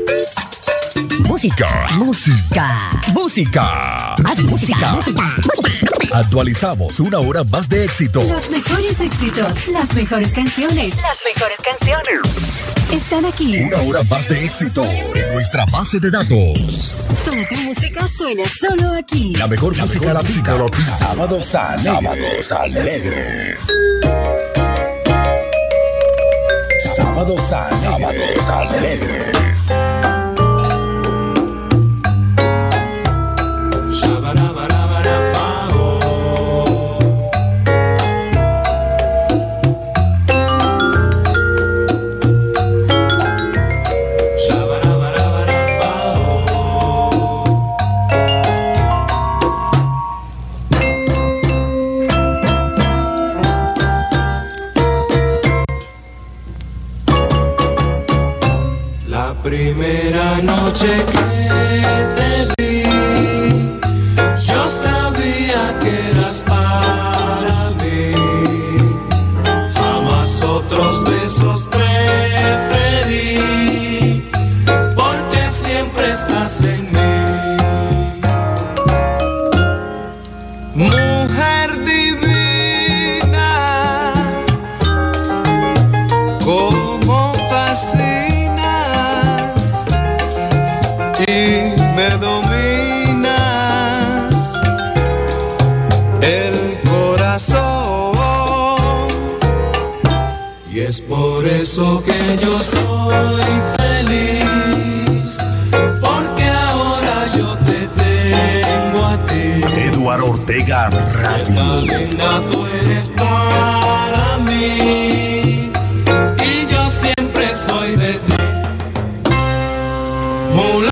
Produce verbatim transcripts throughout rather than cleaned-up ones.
Música, música, música, más música, música, música. Actualizamos una hora más de éxito. Los mejores éxitos, las mejores canciones, las mejores canciones están aquí. Una hora más de éxito en nuestra base de datos. Toda tu música suena solo aquí. La mejor la música latina. Sábados alegres. Sábados alegres. Sábados alegres. Sábados alegres. Primera noche que te vi, yo sabía que eras para mí. Jamás otros besos preferí, porque siempre estás en mí. Mujer divina, como fascina. Me dominas el corazón y es por eso que yo soy feliz, porque ahora yo te tengo a ti. Eduardo Ortega Radio. Linda, tú eres para mí y yo siempre soy de ti. Mula.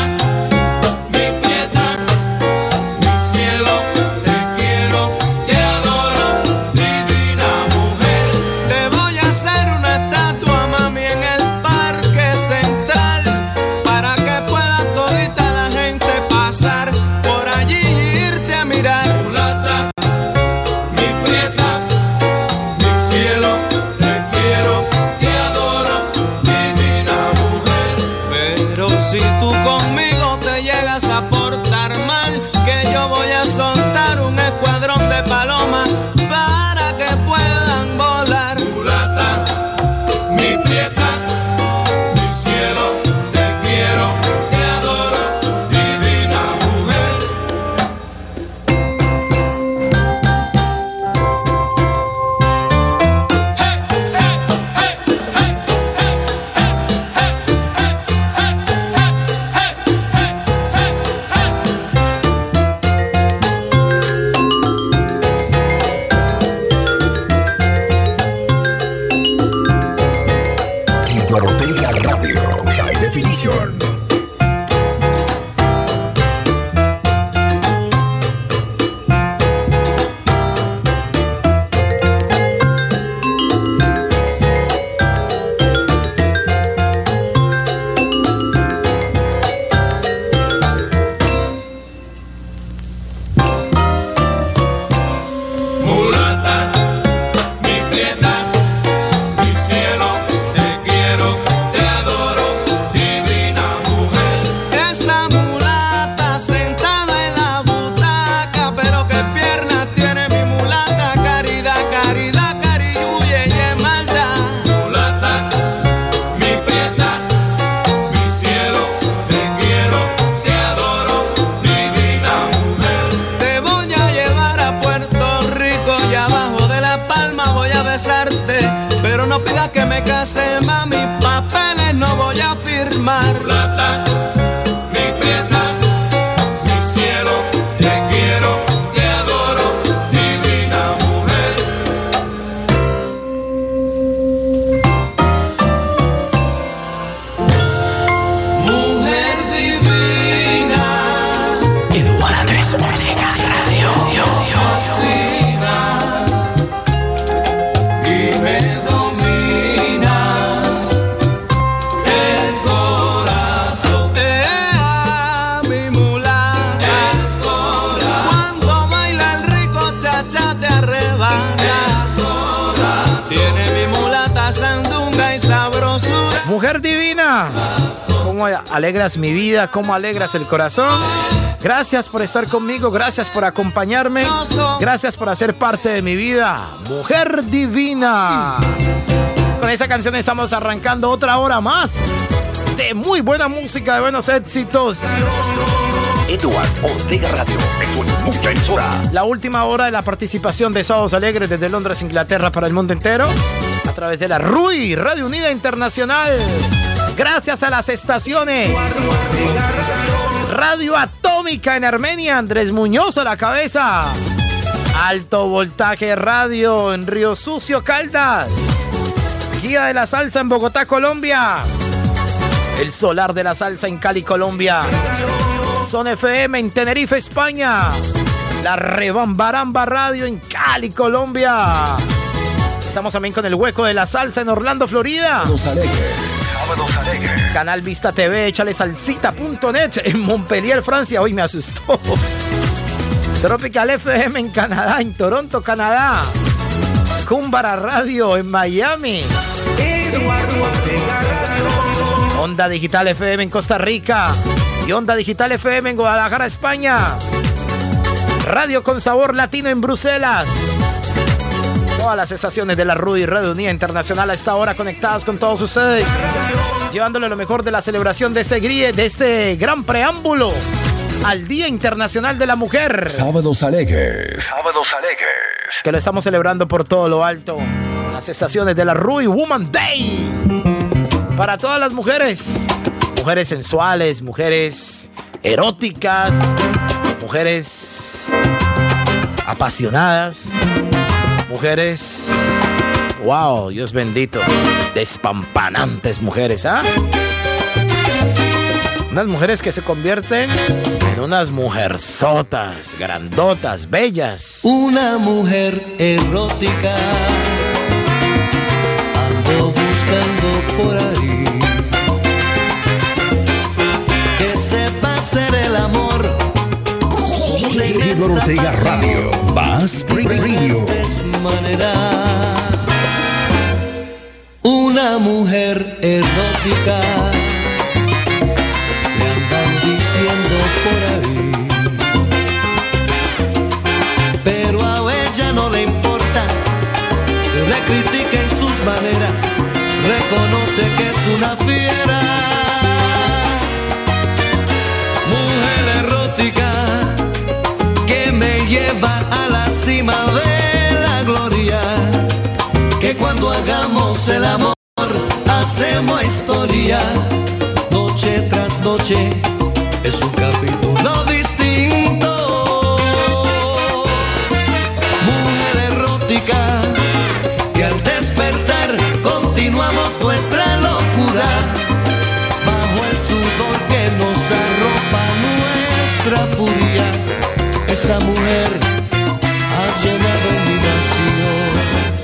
Pero no pidas que me case, mami, papeles no voy a firmar. Mulata, mi prieta, mi cielo, te quiero, te adoro, divina mujer. Mujer divina, Eduardo Andrés Ortega Radio. fascinas y me dominas el corazón. Ea, mi mulata, el corazón. Cuando baila el rico chacha te arrebata. El corazón. Tiene mi mulata sandunga y sabrosura. Mujer divina, con cómo alegras mi vida, cómo alegras el corazón. Gracias por estar conmigo, gracias por acompañarme, gracias por hacer parte de mi vida. Mujer divina. Con esa canción estamos arrancando otra hora más de muy buena música, de buenos éxitos. Edward Ortega Radio, es mucha emisora. La última hora de la participación de Sábados Alegres desde Londres, Inglaterra, para el mundo entero, a través de la R U I, Radio Unida Internacional. Gracias a las estaciones Radio Atómica en Armenia, Andrés Muñoz a la cabeza. Alto Voltaje Radio en Río Sucio, Caldas. Guía de la Salsa en Bogotá, Colombia. El Solar de la Salsa en Cali, Colombia. Son F M en Tenerife, España. La Rebambaramba Radio en Cali, Colombia. Estamos también con el Hueco de la Salsa en Orlando, Florida. Sábados Alegres. Sábados Alegres. Canal Vista T V, échale salsita punto net en Montpellier, Francia. Hoy me asustó. Tropical F M en Canadá, en Toronto, Canadá. Cúmbara Radio en Miami. Onda Digital F M en Costa Rica. Y Onda Digital F M en Guadalajara, España. Radio con Sabor Latino en Bruselas. Todas las estaciones de la R U I, Radio Unida Internacional, a esta hora conectadas con todos ustedes, llevándole lo mejor de la celebración de este, de este gran preámbulo al Día Internacional de la Mujer. Sábados Alegres. Sábados Alegres. Que lo estamos celebrando por todo lo alto. Las estaciones de la R U I Woman Day. Para todas las mujeres. Mujeres sensuales, mujeres eróticas, mujeres apasionadas, mujeres, wow, Dios bendito, despampanantes mujeres, ¿ah? Unas mujeres que se convierten en unas mujerzotas, grandotas, bellas. Una mujer erótica ando buscando por ahí, que sepa hacer el amor. Edward Ortega Radio, más brillo. Una mujer erótica le andan diciendo por ahí, pero a ella no le importa que le critiquen sus maneras, reconoce que es una fiera. Mujer erótica que me lleva a la cima de la gloria, que cuando hagamos el amor hacemos historia, noche tras noche es un capítulo distinto. Mujer erótica que al despertar continuamos nuestra locura, bajo el sudor que nos arropa nuestra furia. Esa mujer ha llenado mi nación.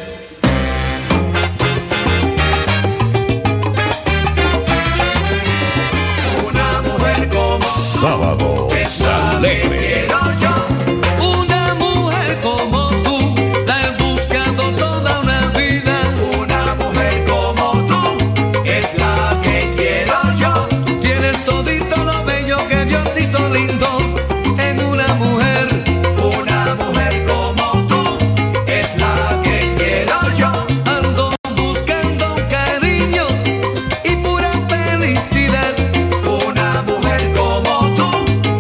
Una mujer como Sábado Alegre. una mujer como tú, la he buscado toda una vida. Una mujer como tú es la que quiero yo. Tú tienes todito lo bello que Dios hizo lindo en una mujer. Una mujer como tú es la que quiero yo. Ando buscando cariño y pura felicidad. Una mujer como tú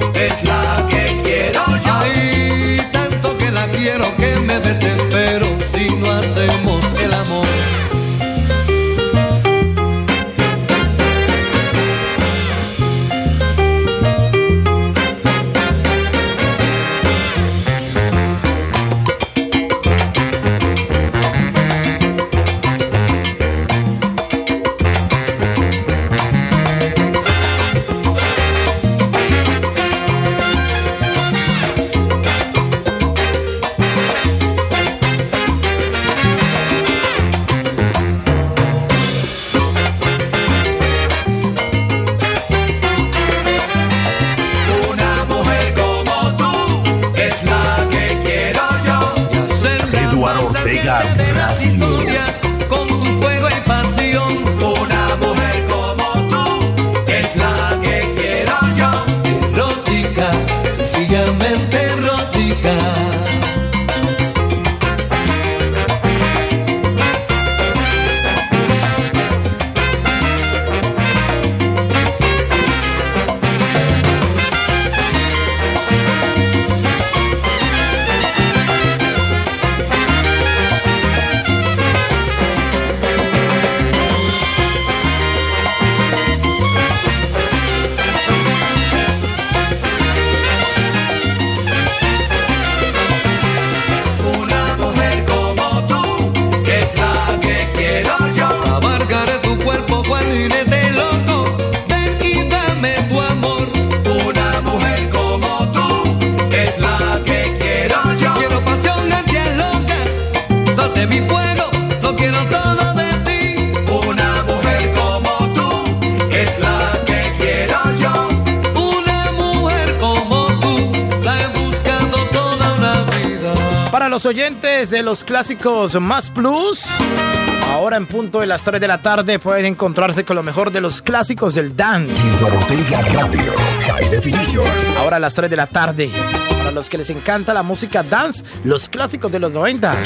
los oyentes de los clásicos Más Plus. Ahora en punto de las tres de la tarde pueden encontrarse con lo mejor de los clásicos del dance. Guido Ortega Radio, High Definition. Ahora a las tres de la tarde. Para los que les encanta la música dance, los clásicos de los noventa.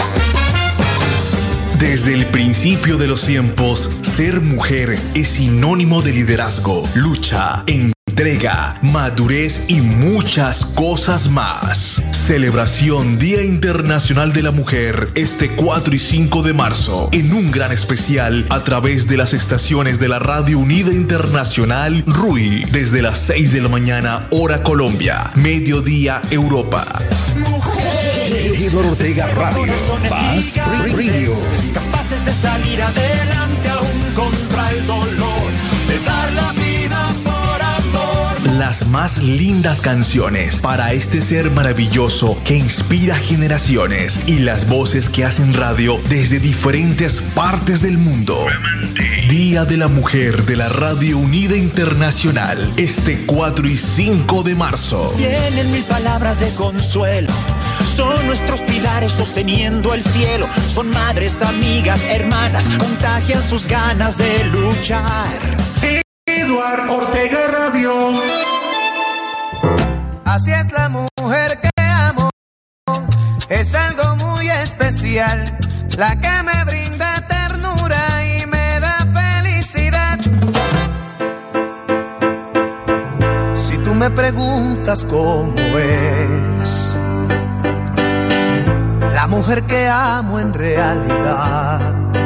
Desde el principio de los tiempos, ser mujer es sinónimo de liderazgo, lucha, entrega, madurez y muchas cosas más. Celebración Día Internacional de la Mujer este cuatro y cinco de marzo en un gran especial a través de las estaciones de la Radio Unida Internacional R U I desde las seis de la mañana hora Colombia, mediodía Europa. Guido Ortega Radio, Más Radio. Capaces de salir adelante aún contra el dolor, de dar la vida por amor. Las más lindas canciones para este ser maravilloso que inspira generaciones y las voces que hacen radio desde diferentes partes del mundo. Día de la Mujer de la Radio Unida Internacional este cuatro y cinco de marzo. Tienen mil palabras de consuelo. Son nuestros pilares sosteniendo el cielo. Son madres, amigas, hermanas. Contagian sus ganas de luchar. Eduardo Ortega Radio. Así es la mujer que amo. Es algo muy especial. La que me brinda ternura y me da felicidad. Si tú me preguntas cómo es la mujer que amo en realidad,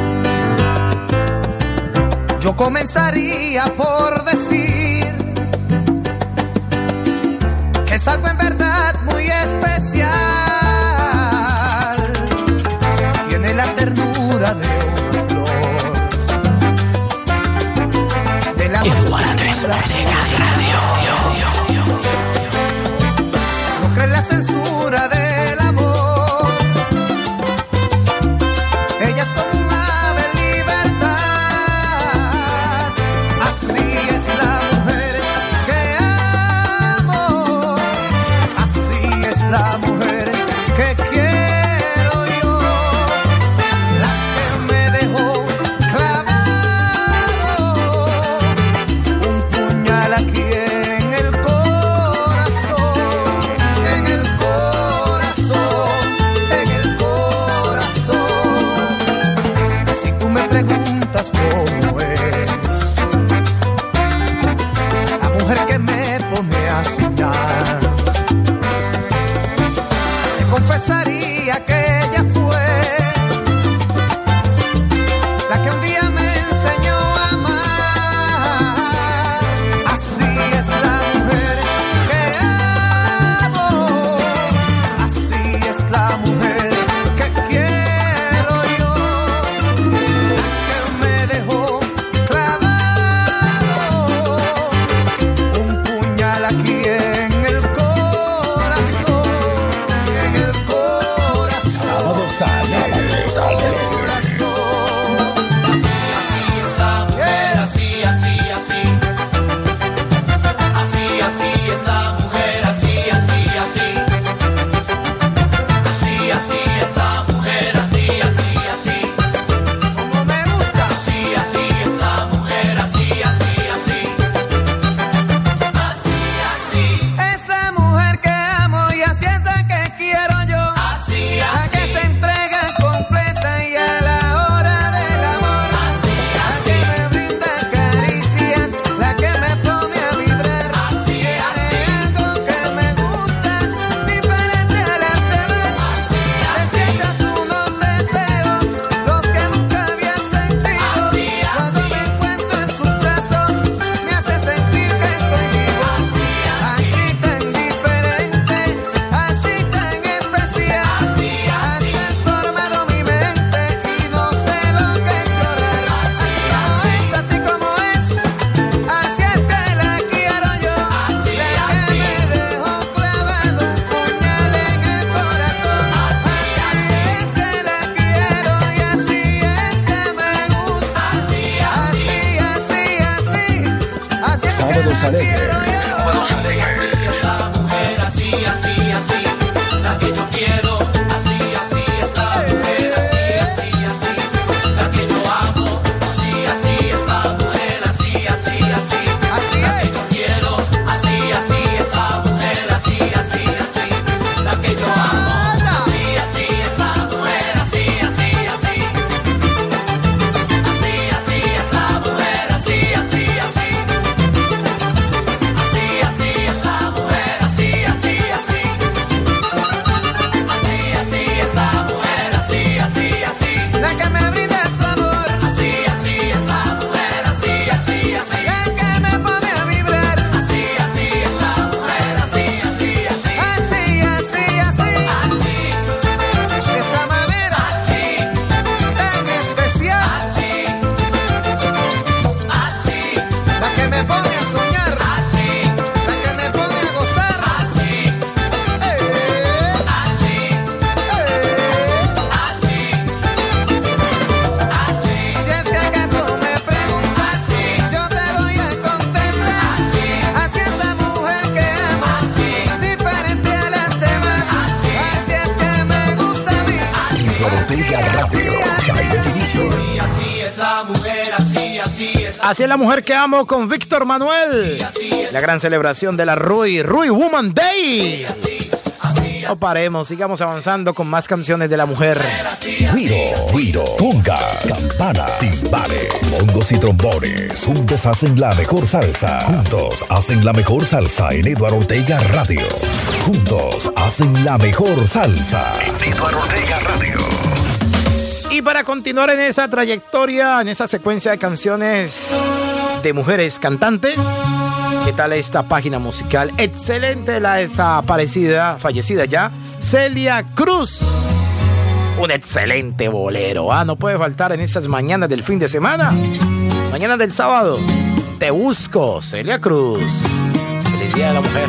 yo comenzaría por decir que es algo en verdad muy especial. Tiene la ternura de una flor, de la no cree en la censura del amor. Ella es como un ave en libertad. Así es la mujer que amo. Así es la mujer que quiero yo. La que me dejó clavado un puñal aquí en el corazón, en el corazón, en el corazón. Si tú me preguntas cómo es la mujer que me pone a soñar, te confesaría que ella fue la que un día me enseñó a amar. Así es la mujer que amo. Así es la mujer que quiero yo. La que me dejó clavado un puñal aquí en el corazón, en el corazón. Sábado sale, sale. Así es la mujer, así, así, así. Así, así es la mujer, así, así, así. Así, así es la mujer, así, así, así. Como me gusta. Así, así es la mujer, así, así, así. Así, así. Es la mujer que amo y así es la que quiero yo. Así, La que así. se entrega completa y a la hora del amor. La que me brinda caricias, la que me pone a vibrar. Tiene algo que me gusta, diferente a las demás. Despiertas unos deseos, los que nunca había sentido. Cuando me encuentro en sus brazos, me hace sentir que estoy vivo. Así tan diferente, así tan especial. Has transformado mi mente y no sé lo que es llorar. Así como es, así es que la quiero yo. La que me dejó clavado un puñal en el corazón. Así es que la quiero y así es que me gusta. Así, así, así, así. Así es que Sábados la alegres. quiero yo. Así es la mujer, así, así, así. La que yo quiero, así, así, Así es la mujer que amo con Víctor Manuel. La gran celebración de la Rui, Rui Woman Day. No paremos, sigamos avanzando con más canciones de la mujer. Guiro, guiro, congas, campanas, timbales, bongos y trombones. Juntos hacen la mejor salsa. Juntos hacen la mejor salsa en Eduardo Ortega Radio. Juntos hacen la mejor salsa en Eduardo Ortega Radio. Y para continuar en esa trayectoria, en esa secuencia de canciones de mujeres cantantes, ¿qué tal esta página musical? Excelente la desaparecida, fallecida ya, Celia Cruz. Un excelente bolero, ah, no puede faltar en esas mañanas del fin de semana. Mañana del sábado, Te Busco, Celia Cruz. Feliz Día de la Mujer.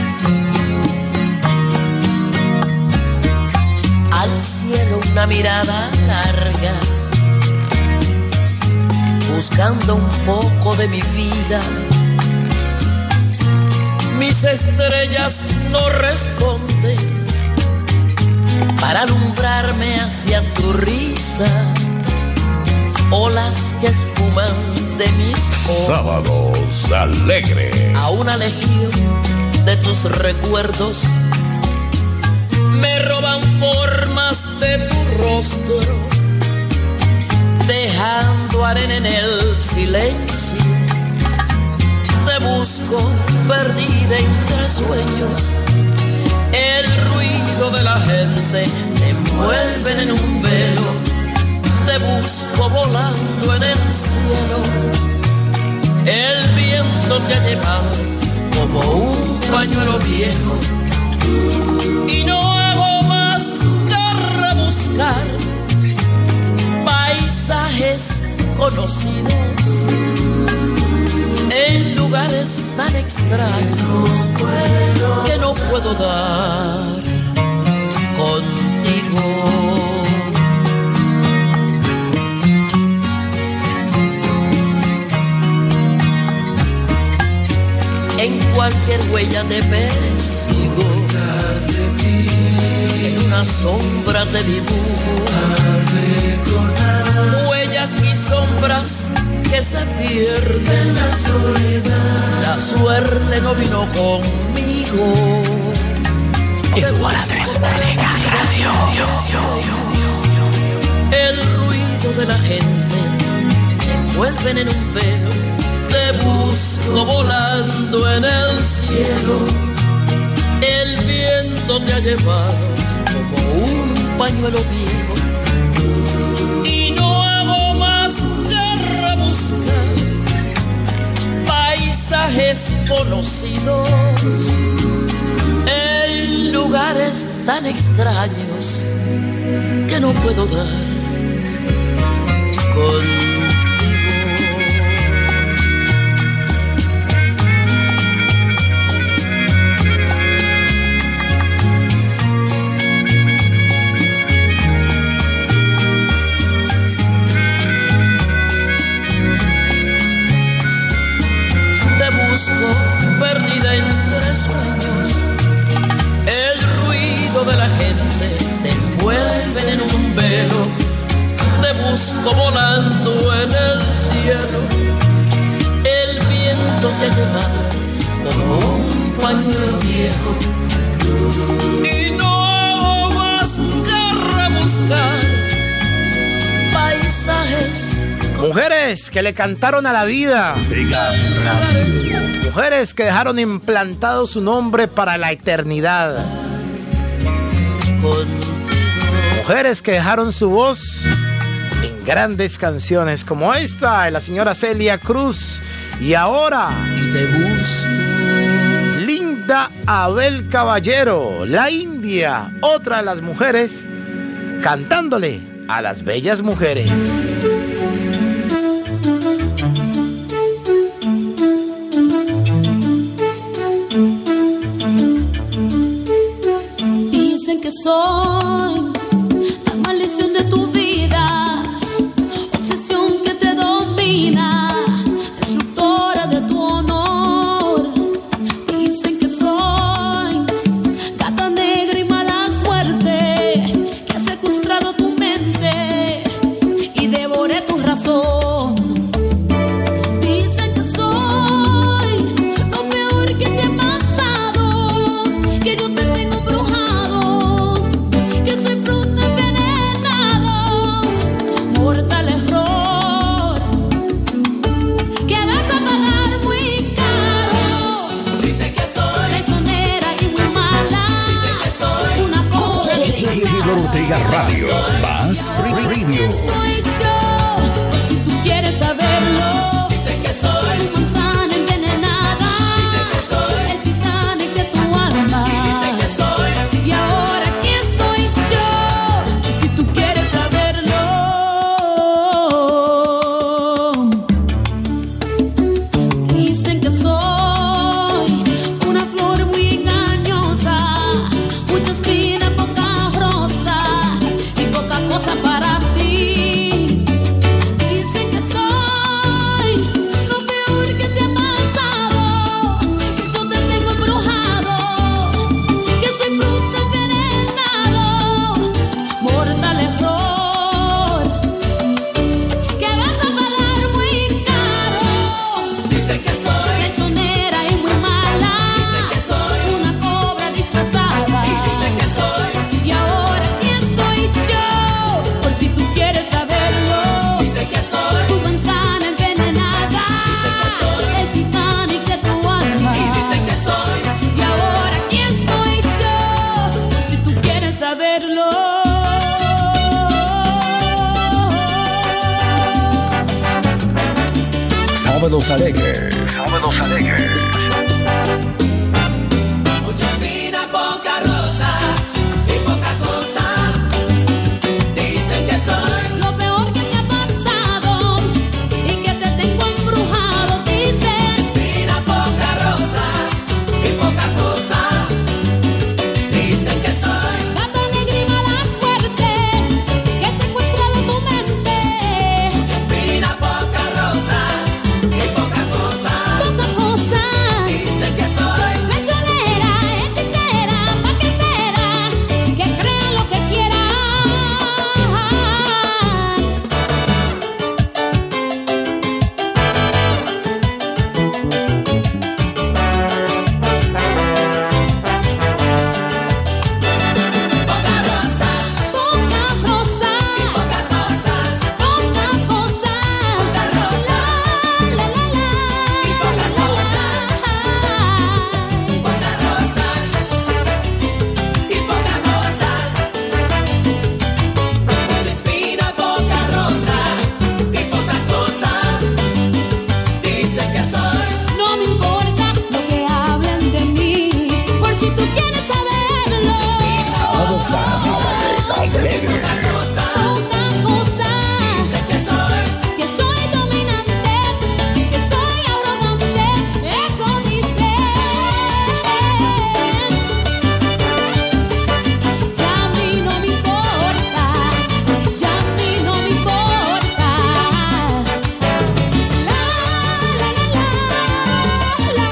Al cielo una mirada larga, buscando un poco de mi vida. Mis estrellas no responden para alumbrarme hacia tu risa. Olas que esfuman de mis ojos. Sábados alegres. A una legión de tus recuerdos me roban formas de tu rostro, dejando arena en el silencio. Te busco perdida entre sueños. El ruido de la gente me envuelven en un velo. Te busco volando en el cielo. El viento te ha llevado como un pañuelo viejo. Y no hago más que rebuscar paisajes conocidos en lugares tan extraños que no puedo dar contigo. En cualquier huella te persigo, en una sombra te dibujo, huellas y sombras que se pierden en la soledad. La suerte no vino conmigo. El ruido de la gente me envuelven en un velo. Te busco volando en el cielo. El viento te ha llevado como un pañuelo viejo. Y no hago más que rebuscar paisajes conocidos en lugares tan extraños que no puedo dar contigo. Perdida entre sueños, el ruido de la gente te envuelve en un velo. Te busco volando en el cielo. El viento te ha llevado como un pañuelo viejo. Y no hago más que rebuscar paisajes. Mujeres que le cantaron a la vida. Mujeres que dejaron implantado su nombre para la eternidad. Mujeres que dejaron su voz en grandes canciones como esta de la señora Celia Cruz. Y ahora, Y te busco. Linda Abel Caballero, la India, otra de las mujeres, cantándole a las bellas mujeres. Dicen que soy la maldición de tu vida, obsesión que te domina, destructora de tu honor. Dicen que soy gata negra y mala suerte, que ha secuestrado tu mente y devoré tu razón. Ortega Radio. Más Preview. Soy yo, si tú quieres saberlo. Dice que soy tu manzana envenenada. Dice que soy el Titanic de tu alma. Y dice que soy. Y ahora aquí estoy yo, si tú quieres saberlo. Dicen que soy una flor muy engañosa, mucha espina, poca rosa y poca cosa para ti. Dicen que soy lo peor que te ha pasado, que yo te tengo embrujado, que soy fruto envenenado, mortal error, que vas a pagar muy caro. Dice que soy traicionera y muy mala. Dice que soy una cobra disfrazada. Y dice que soy. Y ahora aquí estoy yo, por si tú quieres saberlo. Dice que soy tu manzana envenenada. Dice que soy el Titanic de tu alma. Y dice que soy. Y ahora aquí estoy yo, por si tú quieres saberlo. Sábados alegres. Sábados alegres. Mucha espina, poca rosa y poca cosa. Dicen que soy Lo peor que te ha pasado y que te tengo embrujado. Dicen espina, poca rosa y poca cosa. Dicen que soy gato alegre y mala suerte que se encuentra de tu mente. mucha espina, poca rosa y poca cosa. Poca cosa. Dicen que soy Traicionera, hechicera, paquetera, que crean lo que quieran. poca rosa, Poca rosa, poca cosa. poca cosa. Poca rosa La, la, la, la, y poca la, la, cosa. la. Poca rosa y poca cosa. Mucha espina, poca rosa y poca cosa. Dicen que soy No me importa lo que hablen de mí, por si tú quieres saberlo. Sábados sábados alegres. cosa. Poca cosa. Dicen que soy Que soy dominante, que soy arrogante, eso dicen. Ya a mí no me importa, ya a mí no me importa. La, la, la, la, la.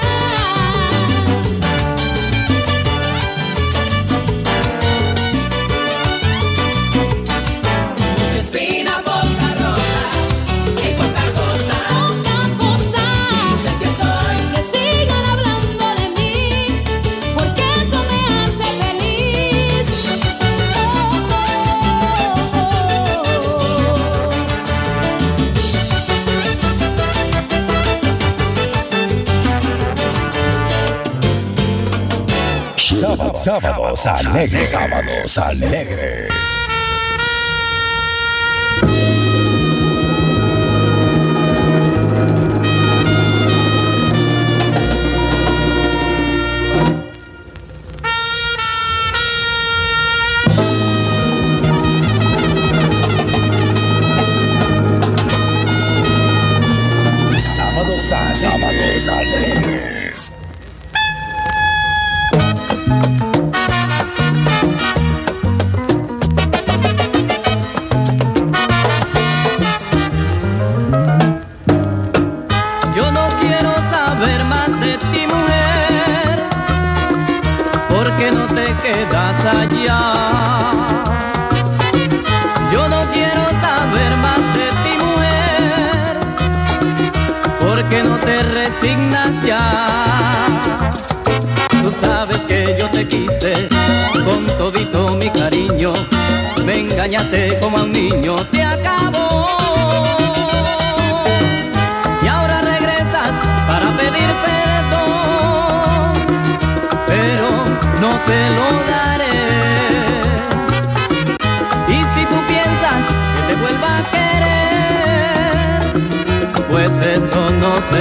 mucha espina, poca rosa y poca cosa. Poca cosa. Dicen que soy Que sigan hablando de mí, porque eso me hace feliz. Oh, oh, Sábados, sábados alegres. Sábados alegres. Sábados a sábados alegres. Yo no quiero saber más de ti, mujer, porque no te quedas allá. Yo no quiero saber más de ti, mujer, porque no te resignas ya. Tú sabes que yo te quise con todito mi cariño, me engañaste como a un niño, se acabó. Y ahora regresas para pedir perdón, pero no te lo daré.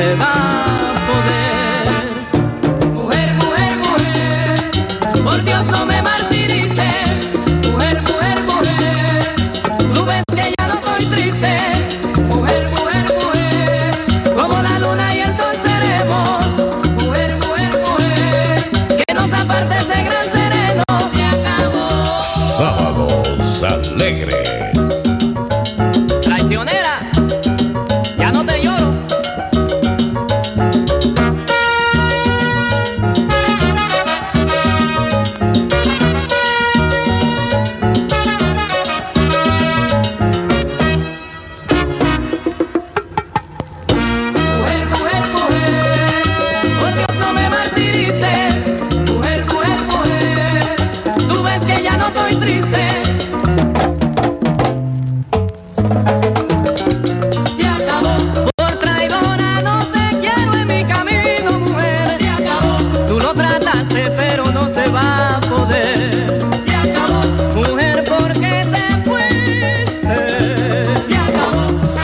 se va a poder. Mujer, mujer, mujer, por Dios no me martirices. Mujer, mujer, mujer, tú ves que ya no estoy triste. Mujer, mujer, mujer, como la luna y el sol seremos. Mujer, mujer, mujer, que nos aparte ese gran sereno. Se acabó. Sábados alegres. Traicionera, ya no te lloro. Mujer, mujer, mujer, por Dios no me martirices. Mujer, mujer, mujer, tú ves que ya no estoy triste. Se acabó, por traidora no te quiero en mi camino, mujer. Se acabó, tú lo trataste pero no se va a poder. Se acabó, mujer, porque te fuiste. Se acabó.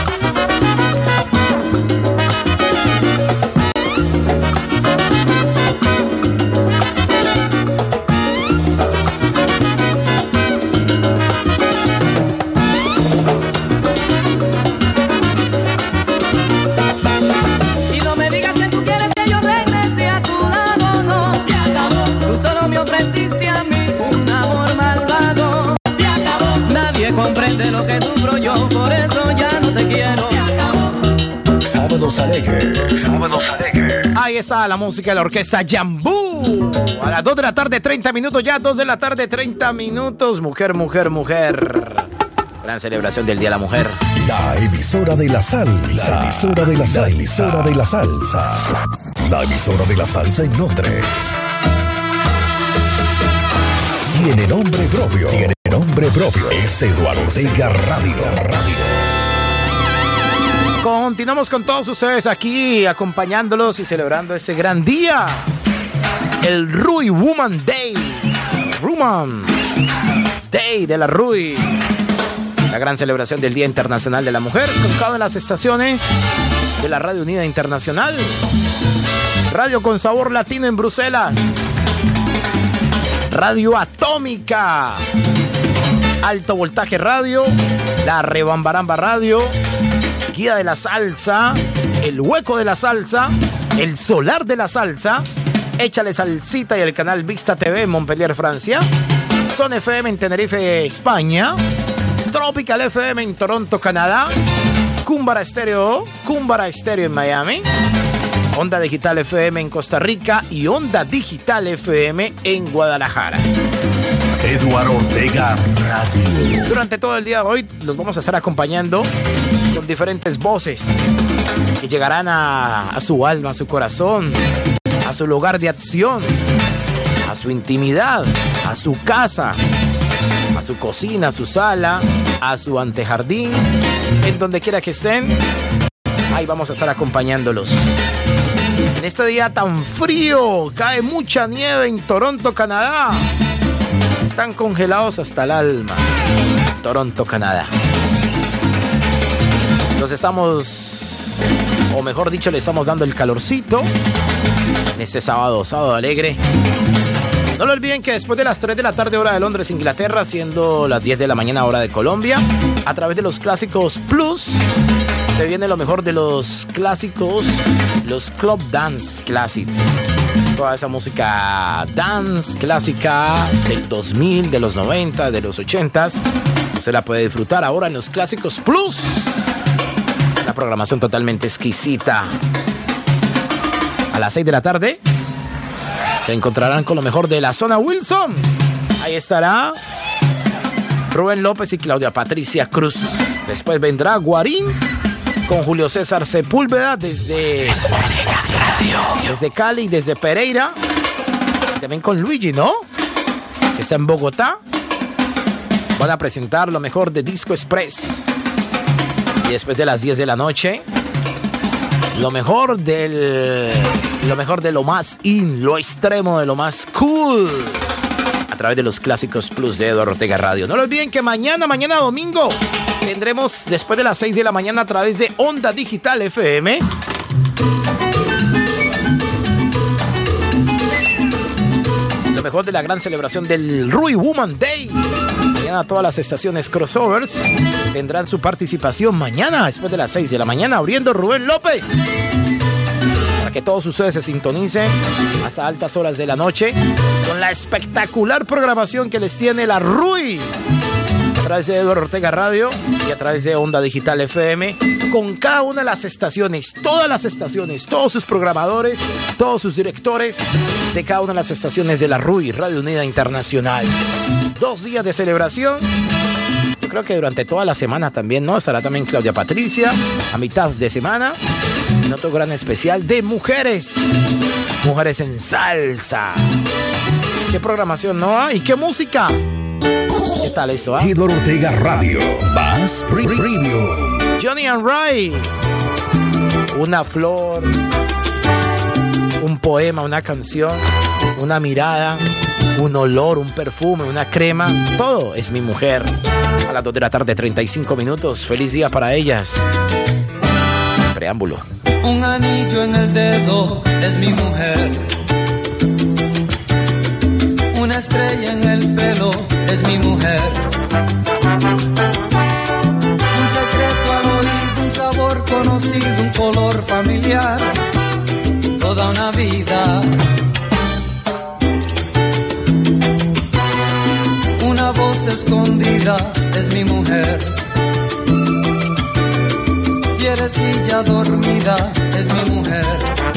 Y no me digas que tú quieres que yo regrese a tu lado, no. Se acabó, tú solo me ofreciste a mí un amor malvado. Se acabó, nadie comprende lo que sufro yo, por eso ya no te quiero. Se acabó. Sábados alegres. Sábados alegres. Ahí está la música de la orquesta Jambú. A las dos de la tarde, treinta minutos ya. dos de la tarde, treinta minutos. Mujer, mujer, mujer. Gran celebración del Día de la Mujer. La emisora de la salsa. La emisora de la salsa. La emisora de la salsa. La emisora de la salsa en Londres. Tiene nombre propio. Tiene nombre propio. Es Eduardo Ortega Radio. Radio. Continuamos con todos ustedes aquí, acompañándolos y celebrando este gran día. El Rui Woman Day. Woman Day de la Rui. La gran celebración del Día Internacional de la Mujer, con cada una de las estaciones de la Radio Unida Internacional. Radio con sabor latino en Bruselas. Radio Atómica. Alto Voltaje Radio. La Rebambaramba Radio. Guía de la Salsa. El Hueco de la Salsa. El Solar de la Salsa. Échale Salsita y el canal Vista T V en Montpellier, Francia. Son F M en Tenerife, España. Tropical F M en Toronto, Canadá. Cúmbara Estéreo, Cúmbara Estéreo en Miami. Onda Digital F M en Costa Rica y Onda Digital F M en Guadalajara. Eduardo Ortega Radio. Durante todo el día de hoy los vamos a estar acompañando con diferentes voces que llegarán a, a su alma, a su corazón, a su lugar de acción, a su intimidad, a su casa, a su cocina, a su sala, a su antejardín, en donde quiera que estén. Ahí vamos a estar acompañándolos. En este día tan frío, cae mucha nieve en Toronto, Canadá. Están congelados hasta el alma. Toronto, Canadá. Nos estamos, o mejor dicho, le estamos dando el calorcito en este sábado, sábado alegre. No lo olviden que después de las tres de la tarde hora de Londres, Inglaterra, siendo las diez de la mañana hora de Colombia, a través de los Clásicos Plus, se viene lo mejor de los clásicos, los Club Dance Classics. Toda esa música dance clásica del dos mil, de los noventa, de los ochenta, usted la puede disfrutar ahora en los Clásicos Plus. La programación totalmente exquisita. A las seis de la tarde se encontrarán con lo mejor de la zona Wilson. Ahí estará Rubén López y Claudia Patricia Cruz. Después vendrá Guarín con Julio César Sepúlveda desde, desde Cali, desde Pereira. También con Luigi, ¿no? Que está en Bogotá. Van a presentar lo mejor de Disco Express. Y después de las diez de la noche, lo mejor del... Lo mejor de lo más in, lo extremo de lo más cool. A través de los Clásicos Plus de Eduardo Ortega Radio. No lo olviden que mañana, mañana domingo, tendremos después de las seis de la mañana a través de Onda Digital F M mejor de la gran celebración del Rui Woman Day. Mañana todas las estaciones crossovers tendrán su participación mañana después de las seis de la mañana, abriendo Rubén López. Para que todos ustedes se sintonicen hasta altas horas de la noche con la espectacular programación que les tiene la Rui. A través de Eduardo Ortega Radio y a través de Onda Digital F M, con cada una de las estaciones, todas las estaciones, todos sus programadores, todos sus directores de cada una de las estaciones de la Rui, Radio Unida Internacional. Dos días de celebración. Yo creo que durante toda la semana también, ¿no? Estará también Claudia Patricia, a mitad de semana, en otro gran especial de mujeres. Mujeres en salsa. ¿Qué programación, no? ¿Y qué música? ¿Qué tal eso? ¿eh? Eduardo Ortega Radio, Bass Preview. Johnny and Ray. Una flor, un poema, una canción, una mirada, un olor, un perfume, una crema. Todo es mi mujer. A las dos de la tarde, treinta y cinco minutos. Feliz día para ellas. Preámbulo. Un anillo en el dedo es mi mujer. Una estrella en el pelo es mi mujer. Un secreto al oído, un sabor conocido, un color familiar, toda una vida. Una voz escondida es mi mujer. Fierecilla dormida es mi mujer.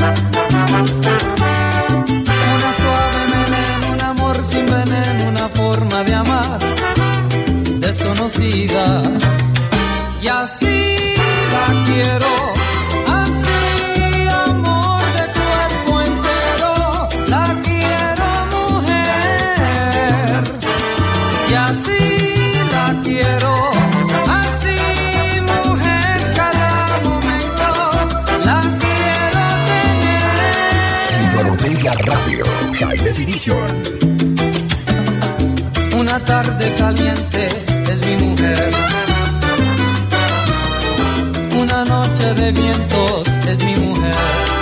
Una suave melena, un amor sin veneno, una forma de amar desconocida. Y así la quiero, así amor de cuerpo entero, la quiero mujer. Y así la quiero, así mujer cada momento, la quiero tener. Eduardo Ortega Radio, High Definition. Una tarde caliente es mi mujer. Una noche de vientos es mi mujer.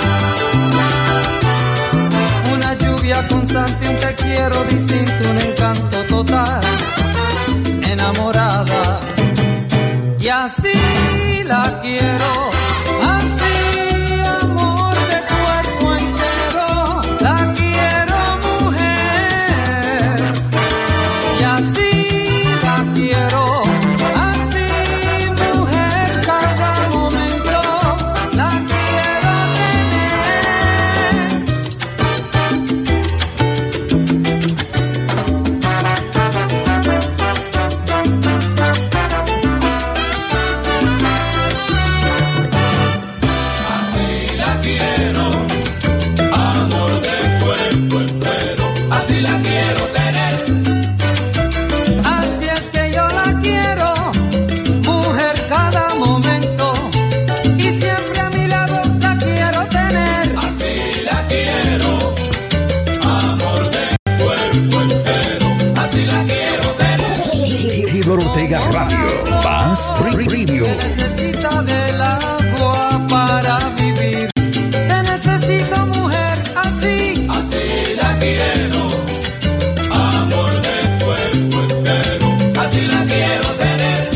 Una lluvia constante, un te quiero distinto, un encanto total, enamorada. Y así la quiero, así amor de cuerpo entero, la quiero mujer. Y así la quiero, así mujer cada momento, la quiero tener. Así la quiero, amor de cuerpo entero, así la quiero tener. Así es que yo la quiero, mujer cada momento, y siempre a mi lado la quiero tener. Así la quiero, amor de cuerpo entero, así la quiero tener. Eduardo Ortega Radio, Bass Preview. Te necesita del agua para vivir. Te necesito mujer así. Así la quiero, amor de cuerpo entero, así la quiero tener.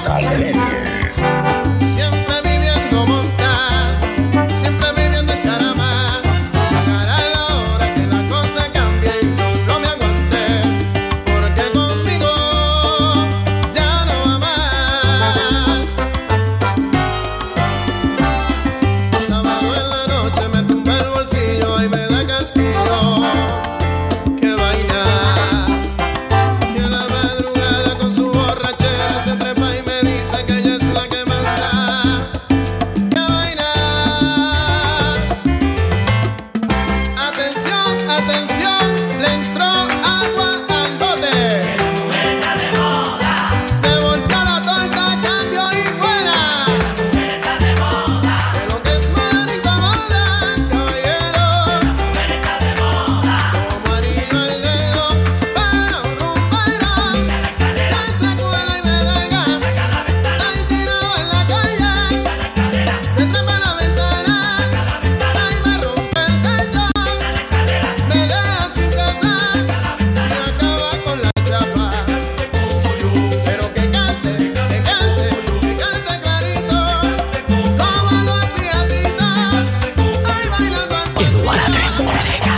Carlos Alegres. Siempre viviendo montar, siempre viviendo en Caramá. Llegará la hora que la cosa cambie y yo no me aguanté, porque conmigo ya no va más. Sábado en la noche me tumba el bolsillo y me da casquillo. Qué vaina. Y en la madrugada con su borrachera se trepa y me dice que ella es la que manda. ¡Qué vaina! Atención, atención, le entró agua al bote. La mujer está de moda. Se volteó la torta, cambio y fuera. La mujer está de moda. Que lo que es moda ni incomoda, caballero. La mujer está de moda. Como anillo al dedo para un rumbero. Se sacuela y me deja. Está tirado en la calle. Se trepa a la ventana. Ay, me rompe el techo. Me deja sin casa. Y acaba con la chapa. Pero que cante, que cante, que cante clarito. Como lo hacía Tito. Ay, bailando al pasito.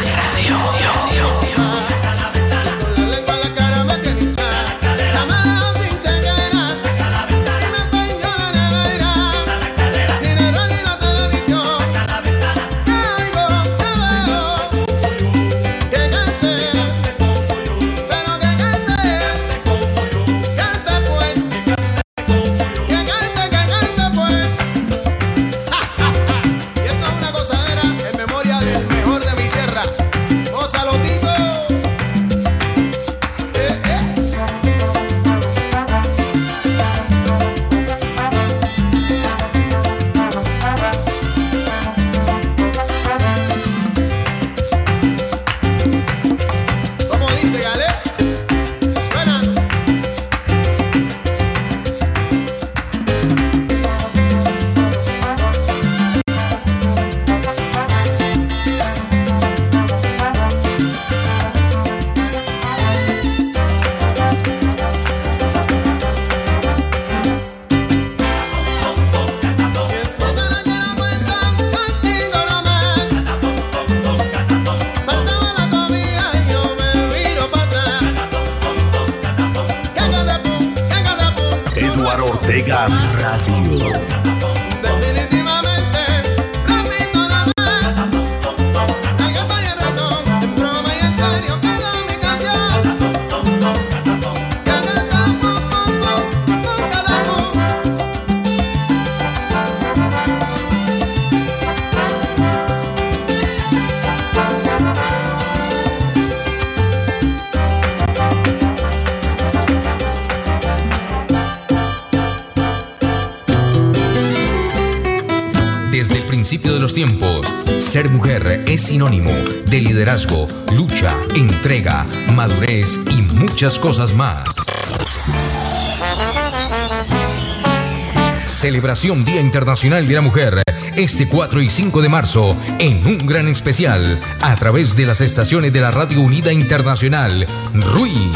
Con la lengua en la cara me tiene hinchada. Ya me dejó sin chequera. Y me empeñó la nevera. Sin el radio y la televisión. Que oigo, que veo. Que cante. Pero que cante. Cante pues. Que cante, que cante pues. Y esto es una gozadera en memoria del mejor de mi tierra. Gózalo, Tito. Eh, eh. ¿Cómo dice Galé? Suena. Y es poca la que no cuenta contigo nomás. Faltaba la comida y yo me viro para atrás. Que catapum, que catapum. Eduardo Ortega Radio. Definitivamente, repito nada más. Al gato y el ratón, en broma y en serio quedó mi canción. Que catapum, pum, pum, pum, catapum. Desde el principio de los tiempos, ser mujer es sinónimo de liderazgo, lucha, entrega, madurez y muchas cosas más. Celebración Día Internacional de la Mujer, este cuatro y cinco de marzo, en un gran especial, a través de las estaciones de la Radio Unida Internacional, R U I.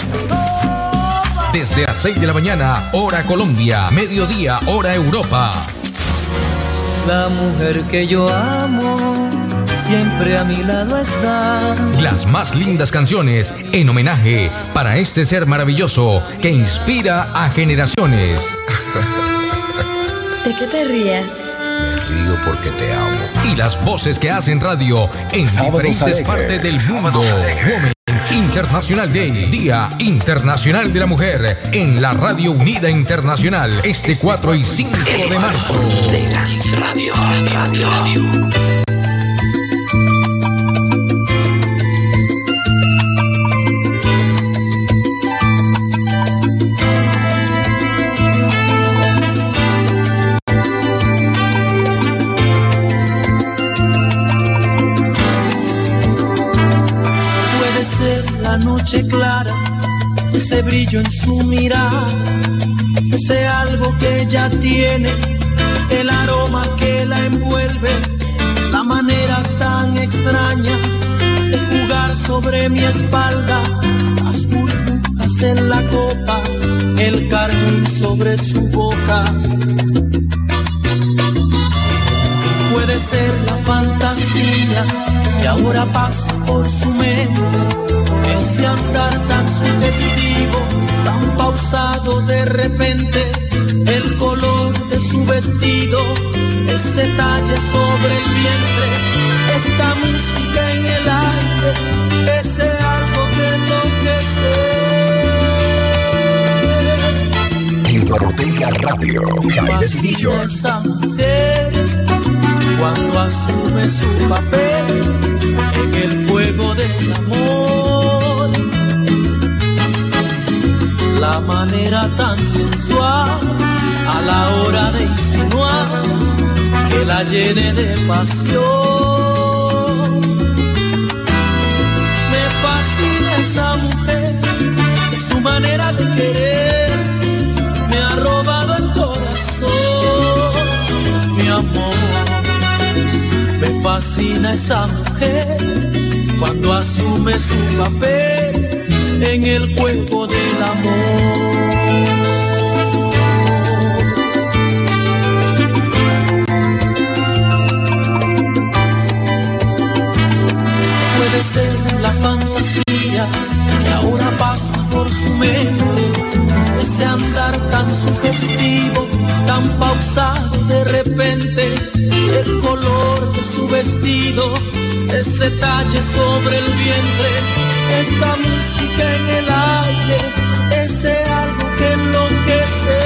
Desde las seis de la mañana, hora Colombia, mediodía, hora Europa. La mujer que yo amo siempre a mi lado está. Las más lindas canciones en homenaje para este ser maravilloso que inspira a generaciones. ¿De qué te ríes? Me río porque te amo. Y las voces que hacen radio en Sábados diferentes alegres. partes del mundo. Women International Day, Día Internacional de la Mujer, en la Radio Unida Internacional, este cuatro y cinco de marzo. Radio, radio, radio. Puede ser la noche clara, ese brillo en su mirada, ese algo que ella tiene, el aroma que la envuelve, la manera tan extraña de jugar sobre mi espalda, las burbujas en la copa, el carmín sobre su boca. Puede ser la fantasía que ahora pasa por su mente, ese andar tan sugestivo, tan pausado de repente, el color de su vestido, ese talle sobre el vientre, esta música en el aire, ese algo que enloquece. Eduardo Ortega Radio, High Definition. Esa mujer, cuando asume su papel en el juego del amor, la manera tan sensual a la hora de insinuar que la llene de pasión. Me fascina esa mujer, su manera de querer me ha robado el corazón, mi amor. Me fascina esa mujer cuando asume su papel en el juego del amor. Puede ser la fantasía que ahora pasa por su mente, ese andar tan sugestivo, tan pausado de repente, el color de su vestido, ese talle sobre el vientre, esta música en el aire, ese algo que enloquece.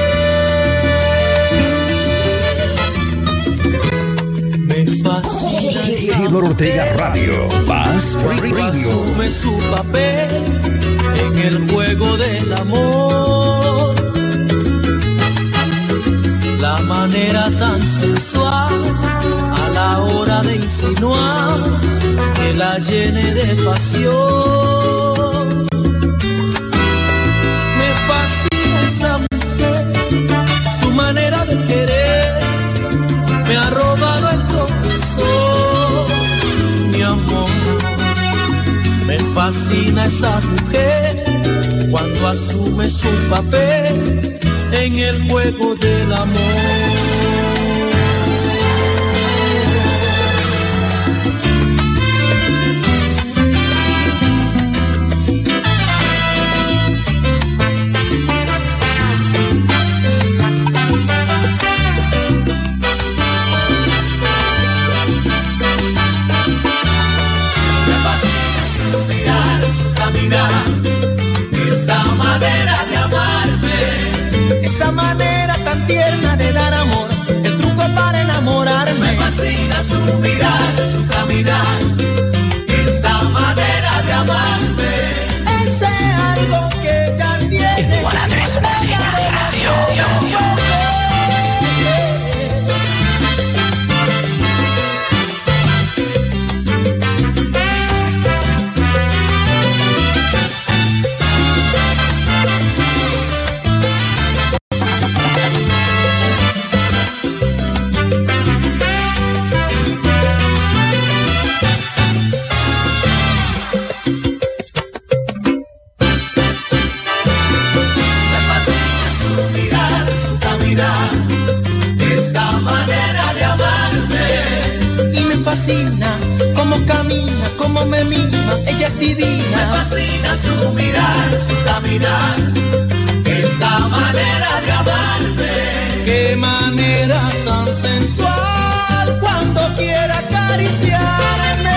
Me fascina esa Eduardo Ortega Radio, Bass Radio. Asume su papel en el juego del amor, la manera tan sensual a la hora de insinuar que la llene de pasión. Me fascina esa mujer, su manera de querer me ha robado el corazón, mi amor. Me fascina esa mujer cuando asume su papel en el juego del amor. Esa manera de amarme, esa manera tan tierna de dar amor, el truco para enamorarme. Me fascina su mirar, su caminar, esa manera de amarme, ese algo que ella tiene. Eduardo es Ortega Radio. Cómo camina, cómo me mima, ella es divina. Me fascina su mirar, su caminar, esa manera de amarme. Qué manera tan sensual cuando quiera acariciarme.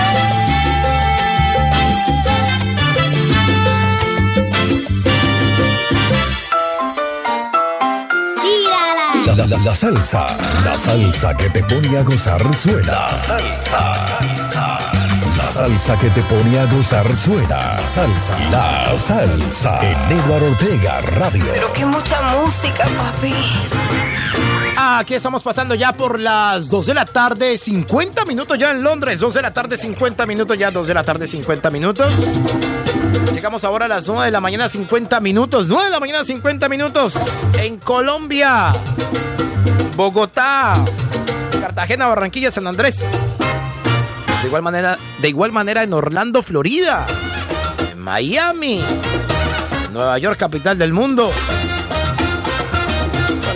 La, la, la, la salsa, la salsa que te pone a gozar suena. La salsa, la salsa que te pone a gozar suena. Salsa, la salsa en Eduardo Ortega Radio. Pero que mucha música, papi. Aquí estamos pasando ya por las dos de la tarde, cincuenta minutos ya en Londres. dos de la tarde, cincuenta minutos ya, dos de la tarde, cincuenta minutos. Llegamos ahora a las nueve de la mañana, cincuenta minutos. nueve de la mañana, cincuenta minutos. En Colombia, Bogotá, Cartagena, Barranquilla, San Andrés. De igual manera, de igual manera en Orlando, Florida. En Miami, Nueva York, capital del mundo.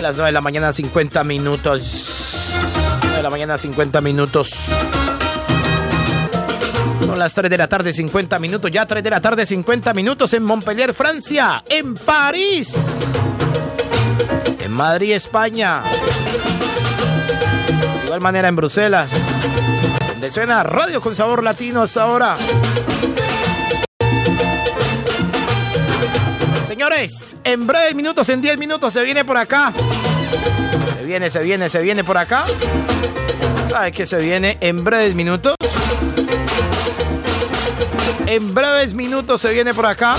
Las nueve de la mañana, cincuenta minutos. nueve de la mañana, cincuenta minutos. Son las tres de la tarde, cincuenta minutos. Ya tres de la tarde, cincuenta minutos en Montpellier, Francia. En París. En Madrid, España. De igual manera en Bruselas. Donde suena Radio con Sabor Latino hasta ahora. Señores, en breves minutos, en diez minutos se viene por acá. Se viene, se viene, se viene por acá. ¿Sabe qué se viene en breves minutos? En breves minutos se viene por acá.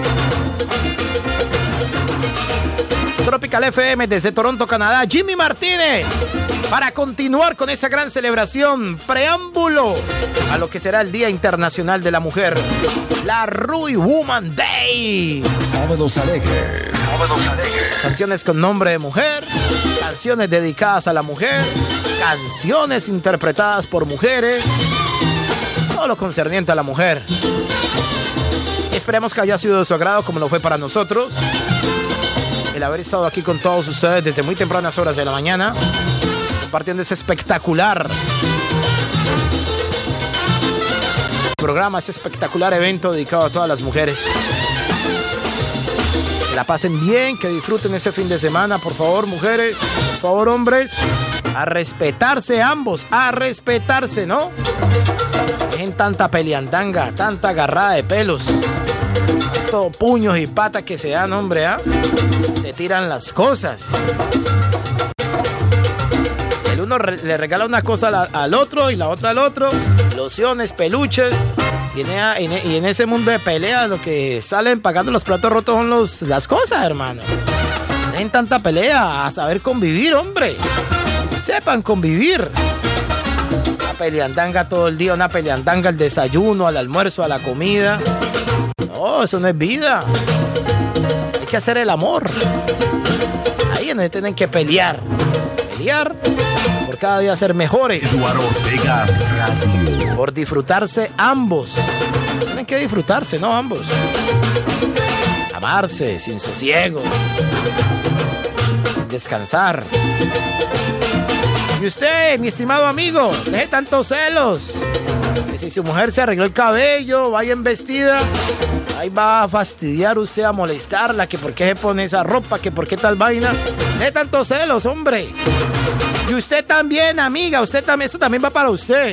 Tropical F M desde Toronto, Canadá. Jimmy Martínez. Para continuar con esa gran celebración, preámbulo a lo que será el Día Internacional de la Mujer. La Ruy Woman Day. Sábados alegres. Sábados alegres. Canciones con nombre de mujer, canciones dedicadas a la mujer, canciones interpretadas por mujeres, todo lo concerniente a la mujer. Esperemos que haya sido de su agrado como lo fue para nosotros el haber estado aquí con todos ustedes desde muy tempranas horas de la mañana, compartiendo ese espectacular programa, ese espectacular evento dedicado a todas las mujeres. Que la pasen bien, que disfruten ese fin de semana, por favor, mujeres, por favor, hombres, a respetarse ambos, a respetarse, ¿no? Dejen tanta peleandanga, tanta agarrada de pelos, tanto puños y patas que se dan, hombre, ¿ah? ¿eh? Se tiran las cosas. El uno re- le regala una cosa la- al otro y la otra al otro, lociones, peluches. Y en, en, y en ese mundo de pelea lo que salen pagando los platos rotos son los, las cosas, hermano. Dejen tanta pelea, a saber convivir, hombre. Sepan convivir. Una peleandanga todo el día, una peleandanga al desayuno, al almuerzo, a la comida. No, eso no es vida. Hay que hacer el amor. Ahí es donde tienen que pelear. Pelear por cada día ser mejores. Eduardo Ortega Radio. Por disfrutarse ambos. Tienen que disfrutarse, ¿no? Ambos. Amarse, sin sosiego. Descansar. Y usted, mi estimado amigo, deje tantos celos. Que si su mujer se arregló el cabello, vaya en vestida, ahí va a fastidiar usted, a molestarla, que por qué se pone esa ropa, que por qué tal vaina. Deje tantos celos, hombre. Y usted también, amiga, usted también, esto también va para usted.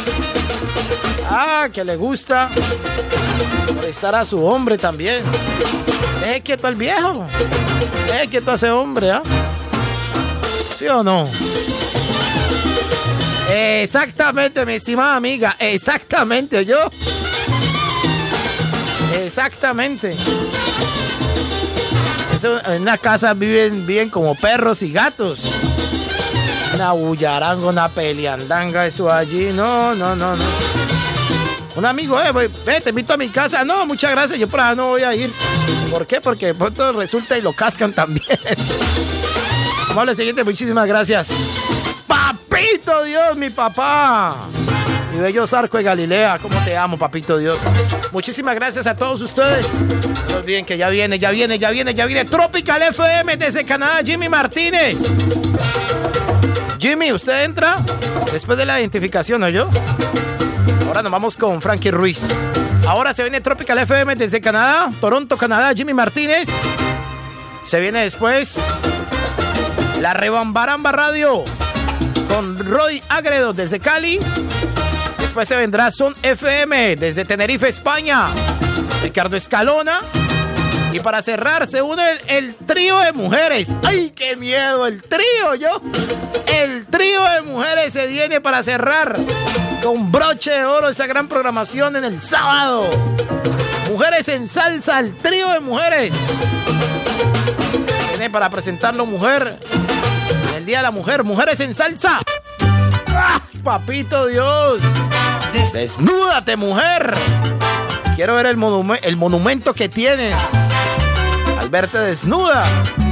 Ah, que le gusta molestar a su hombre también. Deje quieto al viejo. Deje quieto a ese hombre, ¿ah? ¿Sí o no? Exactamente, mi estimada amiga. Exactamente, yo. Exactamente. Eso, en una casa viven, viven como perros y gatos. Una bullaranga, una peleandanga, eso allí. No, no, no, no. Un amigo, eh, voy, ve, te invito a mi casa. No, muchas gracias, yo por allá no voy a ir. ¿Por qué? Porque de pronto resulta y lo cascan también. Vamos a lo siguiente, muchísimas gracias. Papito Dios, mi papá. Mi bello Zarco de Galilea, ¿cómo te amo, papito Dios? Muchísimas gracias a todos ustedes. No olviden que ya viene, ya viene, ya viene, ya viene Tropical F M desde Canadá, Jimmy Martínez. Jimmy, ¿usted entra? Después de la identificación, ¿o yo? Ahora nos vamos con Frankie Ruiz. Ahora se viene Tropical F M desde Canadá, Toronto, Canadá, Jimmy Martínez. Se viene después La Rebambaramba Radio con Roy Agredo desde Cali. Después se vendrá Son F M desde Tenerife, España, Ricardo Escalona. Y para cerrar se une el, el trío de mujeres. ¡Ay, qué miedo! El trío, yo. El trío de mujeres se viene para cerrar con broche de oro esa gran programación en el sábado. Mujeres en salsa, el trío de mujeres. Viene para presentarlo, mujer. En el Día de la Mujer, Mujeres en Salsa. ¡Ah, papito Dios! Desnúdate, mujer. Quiero ver el, monum- el monumento que tienes al verte desnuda.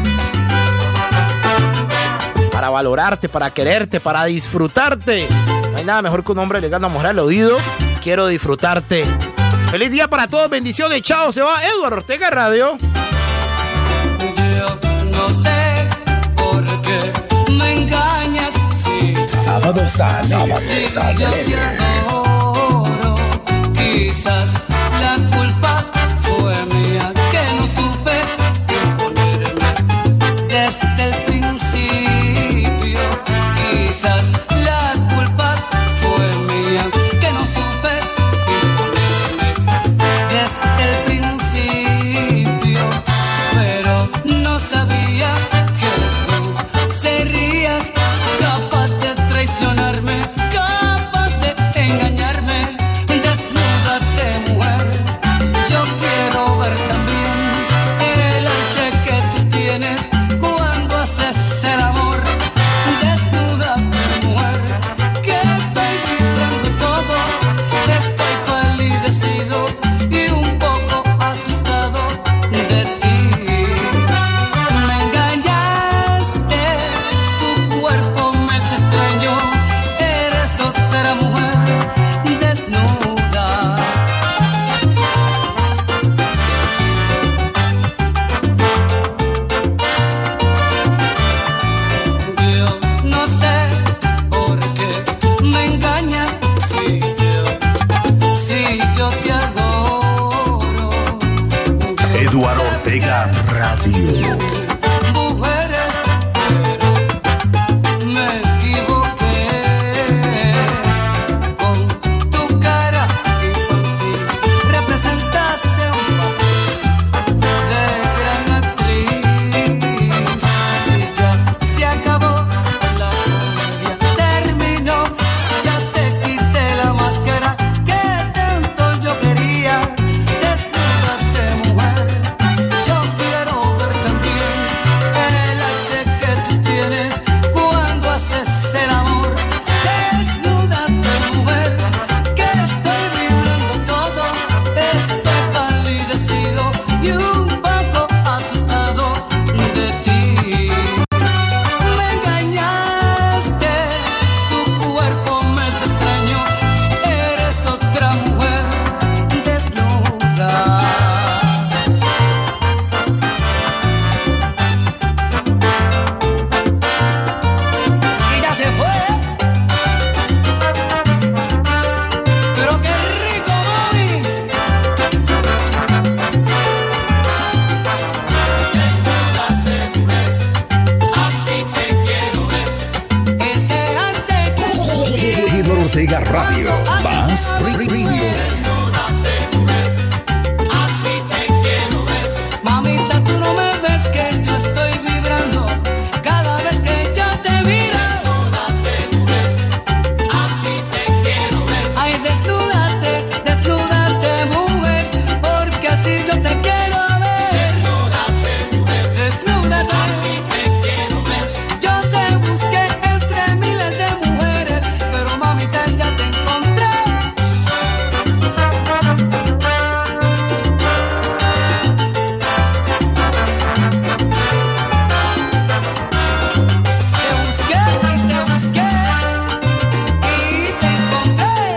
Para valorarte, para quererte, para disfrutarte. No hay nada mejor que un hombre le gana a una mujer al oído. Quiero disfrutarte. Feliz día para todos, bendiciones, chao. Se va Eduardo Ortega Radio. Yo no sé por porque me engañas. Sí, Sábados alegres. sí, Sábados yo te alegres. adoro. Quizás la culpa fue mía, que no supe imponerme desde el principio. Quizás la culpa fue mía, que no supe imponerme desde el principio. Pero no sabía que tú serías capaz de traicionarme, capaz de engañarme. Desnúdate, mujer. Yo quiero ver también el arte que tú tienes cuando haces el amor. Desnúdate, mujer, que estoy vibrando todo. Estoy palidecido y un poco asustado de ti. Me engañaste, tu cuerpo me es extraño. Eres otra mujer desnuda. Yo no sé por qué me engañas. Si yo, si yo te adoro. Eduardo Ortega Radio. Mujeres, pero me equivoqué con tu cara infantil. Representaste un papel de gran actriz. Si ya se acabó la comedia, terminó, ya te quité la máscara que tanto yo quería. Desnúdate, mujer. Yo quiero ver también el arte que tú tienes cuando haces el amor. Desnúdate, mujer, que estoy vibrando todo. Estoy palidecido y un poco asustado de ti. Me engañaste, tu cuerpo me es extraño. Eres otra mujer desnuda. Y ya se fue. Pero qué rico, mami. Desnúdate, mujer, así te quiero ver. Ese arte que Eduardo Ortega Radio. Más premium. Desnúdate, mujer, así te quiero ver. Mamita, tú no me ves que yo estoy vibrando cada vez que yo te miro. Desnúdate, mujer, así te quiero ver. Ay, desnúdate, desnúdate, mujer, porque así yo te quiero ver. Desnúdate, mujer, desnúdate, así te quiero ver. Yo te busqué entre miles de mujeres, pero mamita ya te encontré. Te busqué y te busqué y te encontré.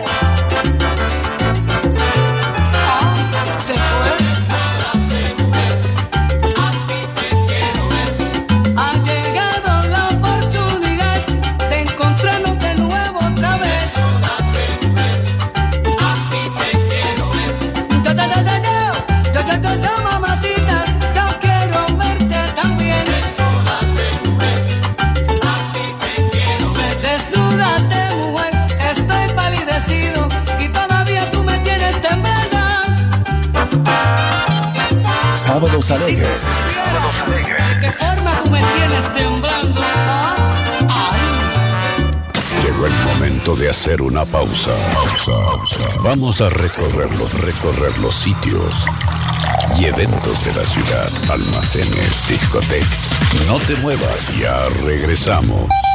Ah, se fue. Desnúdate, mujer, así te quiero ver. Ha llegado la oportunidad de encontrarnos de nuevo otra vez. Desnúdate, mujer, así te quiero ver. Yo, yo, yo, yo, yo, yo, yo, yo, mamacita, yo quiero verte también. Desnúdate, mujer, así te quiero ver. Desnúdate, mujer, estoy palidecido y todavía tú me tienes temblando. Sábados alegres. ¿De qué forma tú me tienes temblando? ¿Ah? Ay. Llegó el momento de hacer una pausa. Pausa. Vamos a recorrer los, recorrer los sitios y eventos de la ciudad, almacenes, discotecas. No te muevas, ya regresamos.